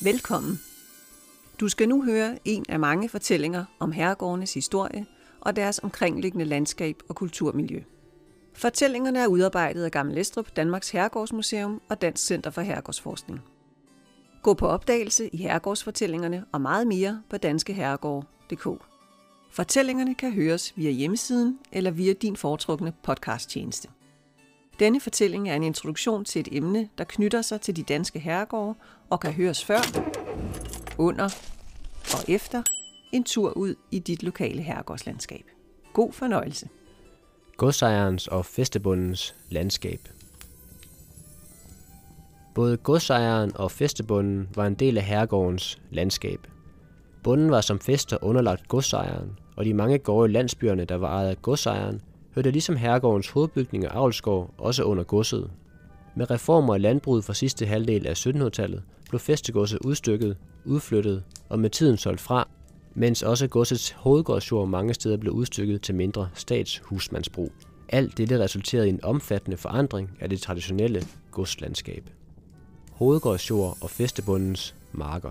Velkommen. Du skal nu høre en af mange fortællinger om herregårdenes historie og deres omkringliggende landskab og kulturmiljø. Fortællingerne er udarbejdet af Gammel Estrup, Danmarks Herregårdsmuseum og Dansk Center for Herregårdsforskning. Gå på opdagelse i herregårdsfortællingerne og meget mere på danskeherregårde.dk. Fortællingerne kan høres via hjemmesiden eller via din foretrukne podcasttjeneste. Denne fortælling er en introduktion til et emne, der knytter sig til de danske herregårde og kan høres før, under og efter en tur ud i dit lokale herregårdslandskab. God fornøjelse. Godsejerens og fæstebondens landskab. Både godsejeren og fæstebonden var en del af herregårdens landskab. Bonden var som fæster underlagt godsejeren, og de mange gårde i landsbyerne, der var ejet af godsejeren, hørte ligesom herregårdens hovedbygning og avlsgård også under godset. Med reformer af landbruget fra sidste halvdel af 1700-tallet blev fæstegodset udstykket, udflyttet og med tiden solgt fra, mens også godsets hovedgårdsjord mange steder blev udstykket til mindre statshusmandsbrug. Alt dette resulterede i en omfattende forandring af det traditionelle godslandskab. Hovedgårdsjord og fæstebondens marker.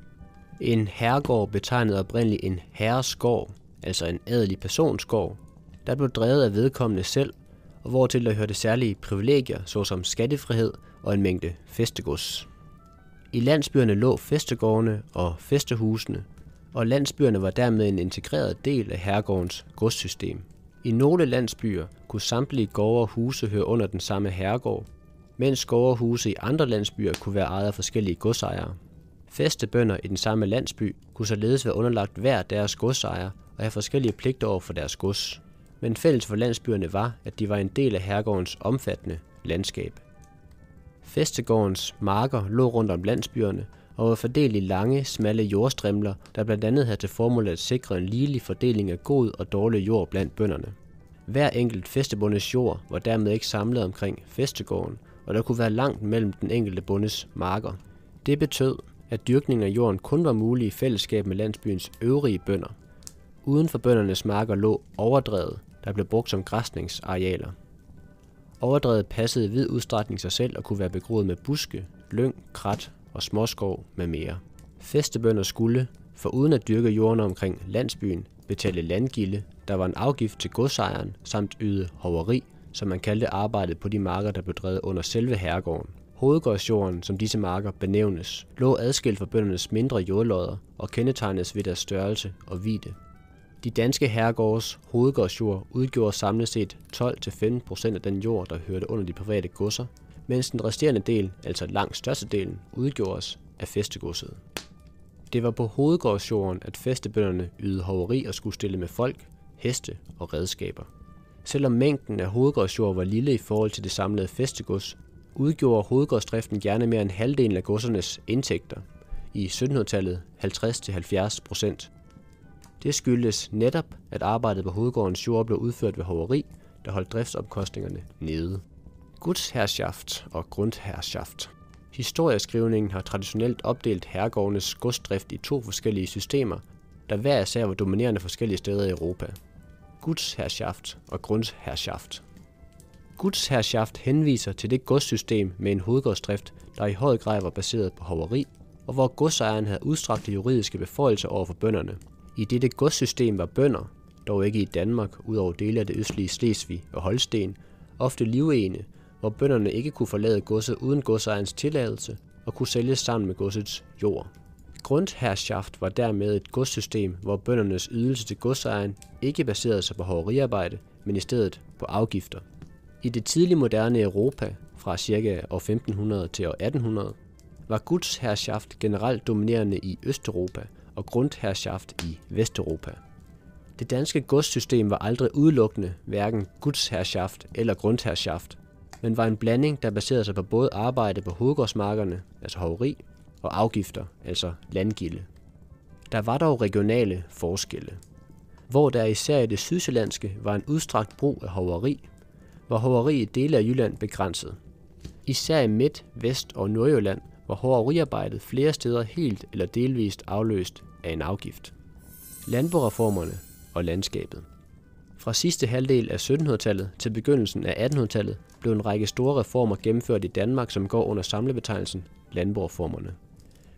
En herregård betegnede oprindeligt en herresgård, altså en adelig personsgård, der blev drevet af vedkommende selv, og hvortil der hørte særlige privilegier, såsom skattefrihed og en mængde fæstegods. I landsbyerne lå fæstegårdene og fæstehusene, og landsbyerne var dermed en integreret del af herregårdens godssystem. I nogle landsbyer kunne samtlige gårde og huse høre under den samme herregård, mens gårde og huse i andre landsbyer kunne være ejet af forskellige godsejere. Fæstebønder i den samme landsby kunne således være underlagt hver deres godsejer og have forskellige pligter over for deres gods. Men fælles for landsbyerne var, at de var en del af herregårdens omfattende landskab. Fæstegårdens marker lå rundt om landsbyerne og var fordelt i lange, smalle jordstrimler, der blandt andet havde til formål at sikre en ligelig fordeling af god og dårlig jord blandt bønderne. Hver enkelt fæstebondes jord var dermed ikke samlet omkring fæstegården, og der kunne være langt mellem den enkelte bondes marker. Det betød, at dyrkning af jorden kun var mulig i fællesskab med landsbyens øvrige bønder. Uden for bøndernes marker lå overdrevet, der blev brugt som græsningsarealer. Overdrevet passede i vid udstrækning sig selv og kunne være begroet med buske, lyng, krat og småskov med mere. Fæstebønder skulle, foruden at dyrke jorden omkring landsbyen, betale landgilde, der var en afgift til godsejeren, samt yde hoveri, som man kaldte arbejdet på de marker, der blev drevet under selve herregården. Hovedgårdsjorden, som disse marker benævnes, lå adskilt fra bøndernes mindre jordlodder og kendetegnes ved deres størrelse og vidde. De danske herregårds hovedgårdsjord udgjorde samlet set 12-15% af den jord, der hørte under de private godser, mens den resterende del, altså langt størstedelen, udgjordes af fæstegodset. Det var på hovedgårdsjorden, at fæstebønderne ydede hoveri og skulle stille med folk, heste og redskaber. Selvom mængden af hovedgårdsjord var lille i forhold til det samlede fæstegods, udgjorde hovedgårdsdriften gerne mere end halvdelen af godsernes indtægter, i 1700-tallet 50-70%. Det skyldes netop, at arbejdet på hovedgårdens jord blev udført ved hoveri, der holdt driftsomkostningerne nede. Gutsherrschaft og grundherrschaft. Historieskrivningen har traditionelt opdelt herregårdenes godsdrift i to forskellige systemer, der hver især var dominerende forskellige steder i Europa. Gutsherrschaft og grundherrschaft. Gutsherrschaft henviser til det godssystem med en hovedgårdsdrift, der i høj grad var baseret på hoveri, og hvor godsejeren havde udstrakte juridiske beføjelser over for bønderne. I dette godssystem var bønder, dog ikke i Danmark, udover dele af det østlige Slesvig og Holsten, ofte livegne, hvor bønderne ikke kunne forlade godset uden godsejerens tilladelse og kunne sælges sammen med godsets jord. Grundherrschaft var dermed et godssystem, hvor bøndernes ydelse til godsejeren ikke baserede sig på hoveriarbejde, men i stedet på afgifter. I det tidlig moderne Europa, fra ca. år 1500 til år 1800, var gutsherrschaft generelt dominerende i Østeuropa og grundherrschaft i Vesteuropa. Det danske godssystem var aldrig udelukkende hverken gutsherrschaft eller grundherrschaft, men var en blanding, der baserede sig på både arbejde på hovedgårdsmarkerne, altså hoveri, og afgifter, altså landgilde. Der var dog regionale forskelle, hvor der især i det sydsjællandske var en udstrakt brug af hoveri, var hoveri i dele af Jylland begrænset. Især i Midt-, Vest- og Nordjylland var hoveriarbejdet flere steder helt eller delvist afløst af en afgift. Landboreformerne og landskabet. Fra sidste halvdel af 1700-tallet til begyndelsen af 1800-tallet blev en række store reformer gennemført i Danmark, som går under samlebetegnelsen landboreformerne.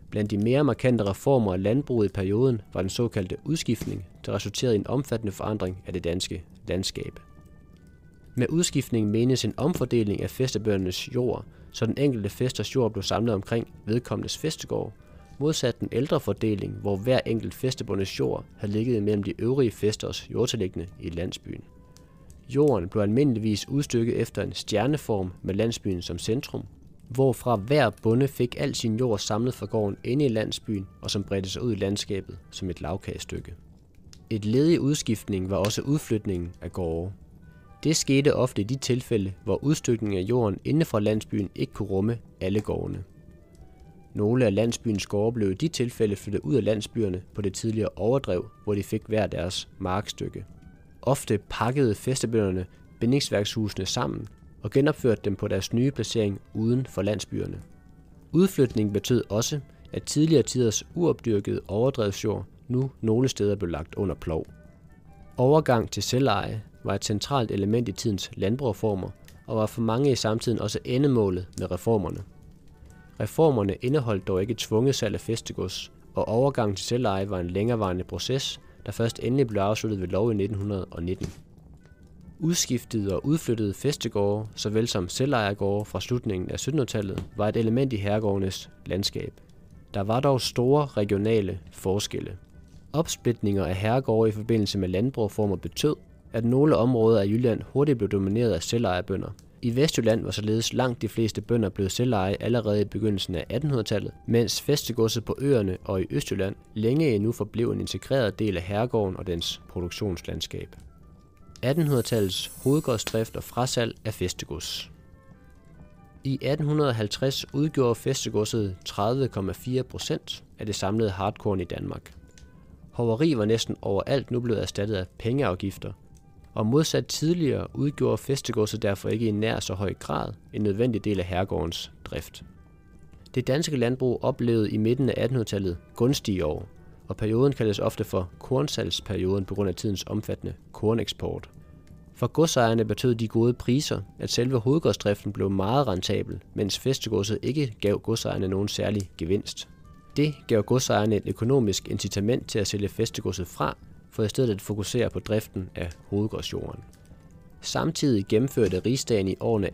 Blandt de mere markante reformer af landbruget i perioden var den såkaldte udskiftning, der resulterede i en omfattende forandring af det danske landskab. Med udskiftning menes en omfordeling af fæstebøndernes jord, så den enkelte fæsters jord blev samlet omkring vedkommendes fæstegård, modsat den ældre fordeling, hvor hver enkelt fæstebondes jord havde ligget mellem de øvrige fæsters jordtilliggende i landsbyen. Jorden blev almindeligvis udstykket efter en stjerneform med landsbyen som centrum, hvorfra hver bonde fik al sin jord samlet fra gården inde i landsbyen og som bredte sig ud i landskabet som et lagkagestykke. Et led i udskiftningen var også udflytningen af gårde. Det skete ofte i de tilfælde, hvor udstykningen af jorden inde fra landsbyen ikke kunne rumme alle gårdene. Nogle af landsbyens gårde blev i de tilfælde flyttet ud af landsbyerne på det tidligere overdrev, hvor de fik hver deres markstykke. Ofte pakkede fæstebønderne bindingsværkshusene sammen og genopførte dem på deres nye placering uden for landsbyerne. Udflytning betød også, at tidligere tiders uopdyrkede overdrevsjord nu nogle steder blev lagt under plov. Overgang til selveje var et centralt element i tidens landbrugsreformer og var for mange i samtiden også endemålet med reformerne. Reformerne indeholdt dog ikke tvunget salg af fæstegods, og overgang til selveje var en længerevarende proces, der først endelig blev afsluttet ved lov i 1919. Udskiftede og udflyttede fæstegårde, såvel som selvejergårde fra slutningen af 1700-tallet, var et element i herregårdenes landskab. Der var dog store regionale forskelle. Opsplitninger af herregårde i forbindelse med landbrugsreformer betød, at nogle områder af Jylland hurtigt blev domineret af selvejerbønder. I Vestjylland var således langt de fleste bønder blevet selveje allerede i begyndelsen af 1800-tallet, mens fæstegodset på øerne og i Østjylland længe endnu forblev en integreret del af herregården og dens produktionslandskab. 1800-tallets hovedgårdsdrift og frasalg af fæstegods. I 1850 udgjorde fæstegodset 30,4% af det samlede hartkorn i Danmark. Hoveri var næsten overalt nu blevet erstattet af pengeafgifter, og modsat tidligere udgjorde fæstegodset derfor ikke i nær så høj grad en nødvendig del af herregårdens drift. Det danske landbrug oplevede i midten af 1800-tallet gunstige år, og perioden kaldes ofte for kornsalgsperioden på grund af tidens omfattende korneksport. For godsejerne betød de gode priser, at selve hovedgårdsdriften blev meget rentabel, mens fæstegodset ikke gav godsejerne nogen særlig gevinst. Det gav godsejerne et økonomisk incitament til at sælge fæstegodset fra, for i stedet at fokusere på driften af hovedgårdsjorden. Samtidig gennemførte rigsdagen i årene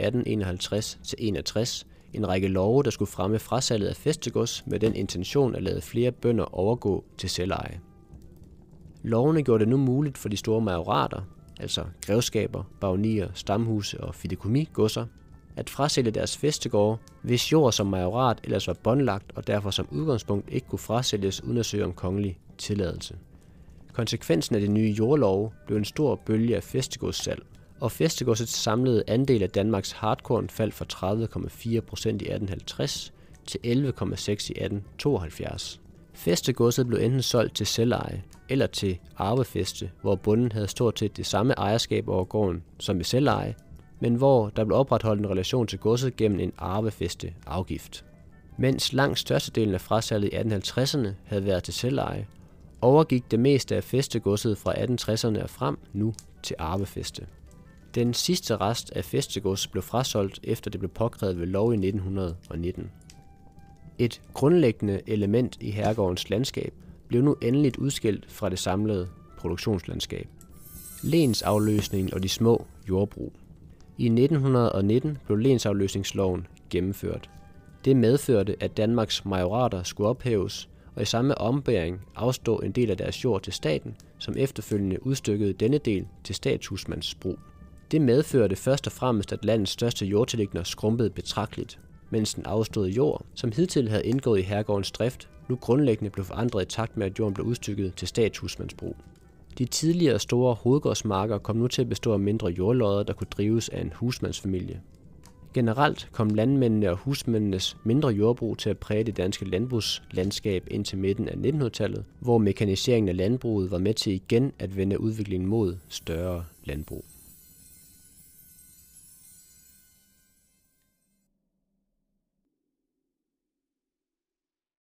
1851-61 en række love, der skulle fremme frasalget af fæstegods med den intention at lade flere bønder overgå til selveje. Lovene gjorde det nu muligt for de store majorater, altså grevskaber, baronier, stamhuse og fideikommisgodser, at frasælge deres fæstegårde, hvis jord som majorat ellers var båndlagt og derfor som udgangspunkt ikke kunne frasælges uden at søge om kongelig tilladelse. Konsekvensen af de nye jordlove blev en stor bølge af fæstegodssalg, og fæstegodsets samlede andel af Danmarks hartkorn faldt fra 30,4% i 1850 til 11,6% i 1872. Fæstegodset blev enten solgt til selveje eller til arvefæste, hvor bonden havde stort set det samme ejerskab over gården som i selveje, men hvor der blev opretholdt en relation til godset gennem en arvefæsteafgift. Mens langt størstedelen af frasalget i 1850'erne havde været til selveje, overgik det meste af fæstegodset fra 1860'erne og frem nu til arvefæste. Den sidste rest af fæstegods blev frasolgt, efter det blev påkrævet ved lov i 1919. Et grundlæggende element i herregårdens landskab blev nu endeligt udskilt fra det samlede produktionslandskab. Lensafløsningen og de små jordbrug. I 1919 blev lensafløsningsloven gennemført. Det medførte, at Danmarks majorater skulle ophæves, og i samme ombæring afstå en del af deres jord til staten, som efterfølgende udstykkede denne del til statshusmandsbrug. Det medførte først og fremmest, at landets største jordtilliggender skrumpede betragteligt, mens den afståede jord, som hidtil havde indgået i herregårdens drift, nu grundlæggende blev forandret i takt med, at jorden blev udstykket til statshusmandsbrug. De tidligere store hovedgårdsmarker kom nu til at bestå af mindre jordlodder, der kunne drives af en husmandsfamilie. Generelt kom landmændene og husmændenes mindre jordbrug til at præge det danske landbrugslandskab indtil midten af 1900-tallet, hvor mekaniseringen af landbruget var med til igen at vende udviklingen mod større landbrug.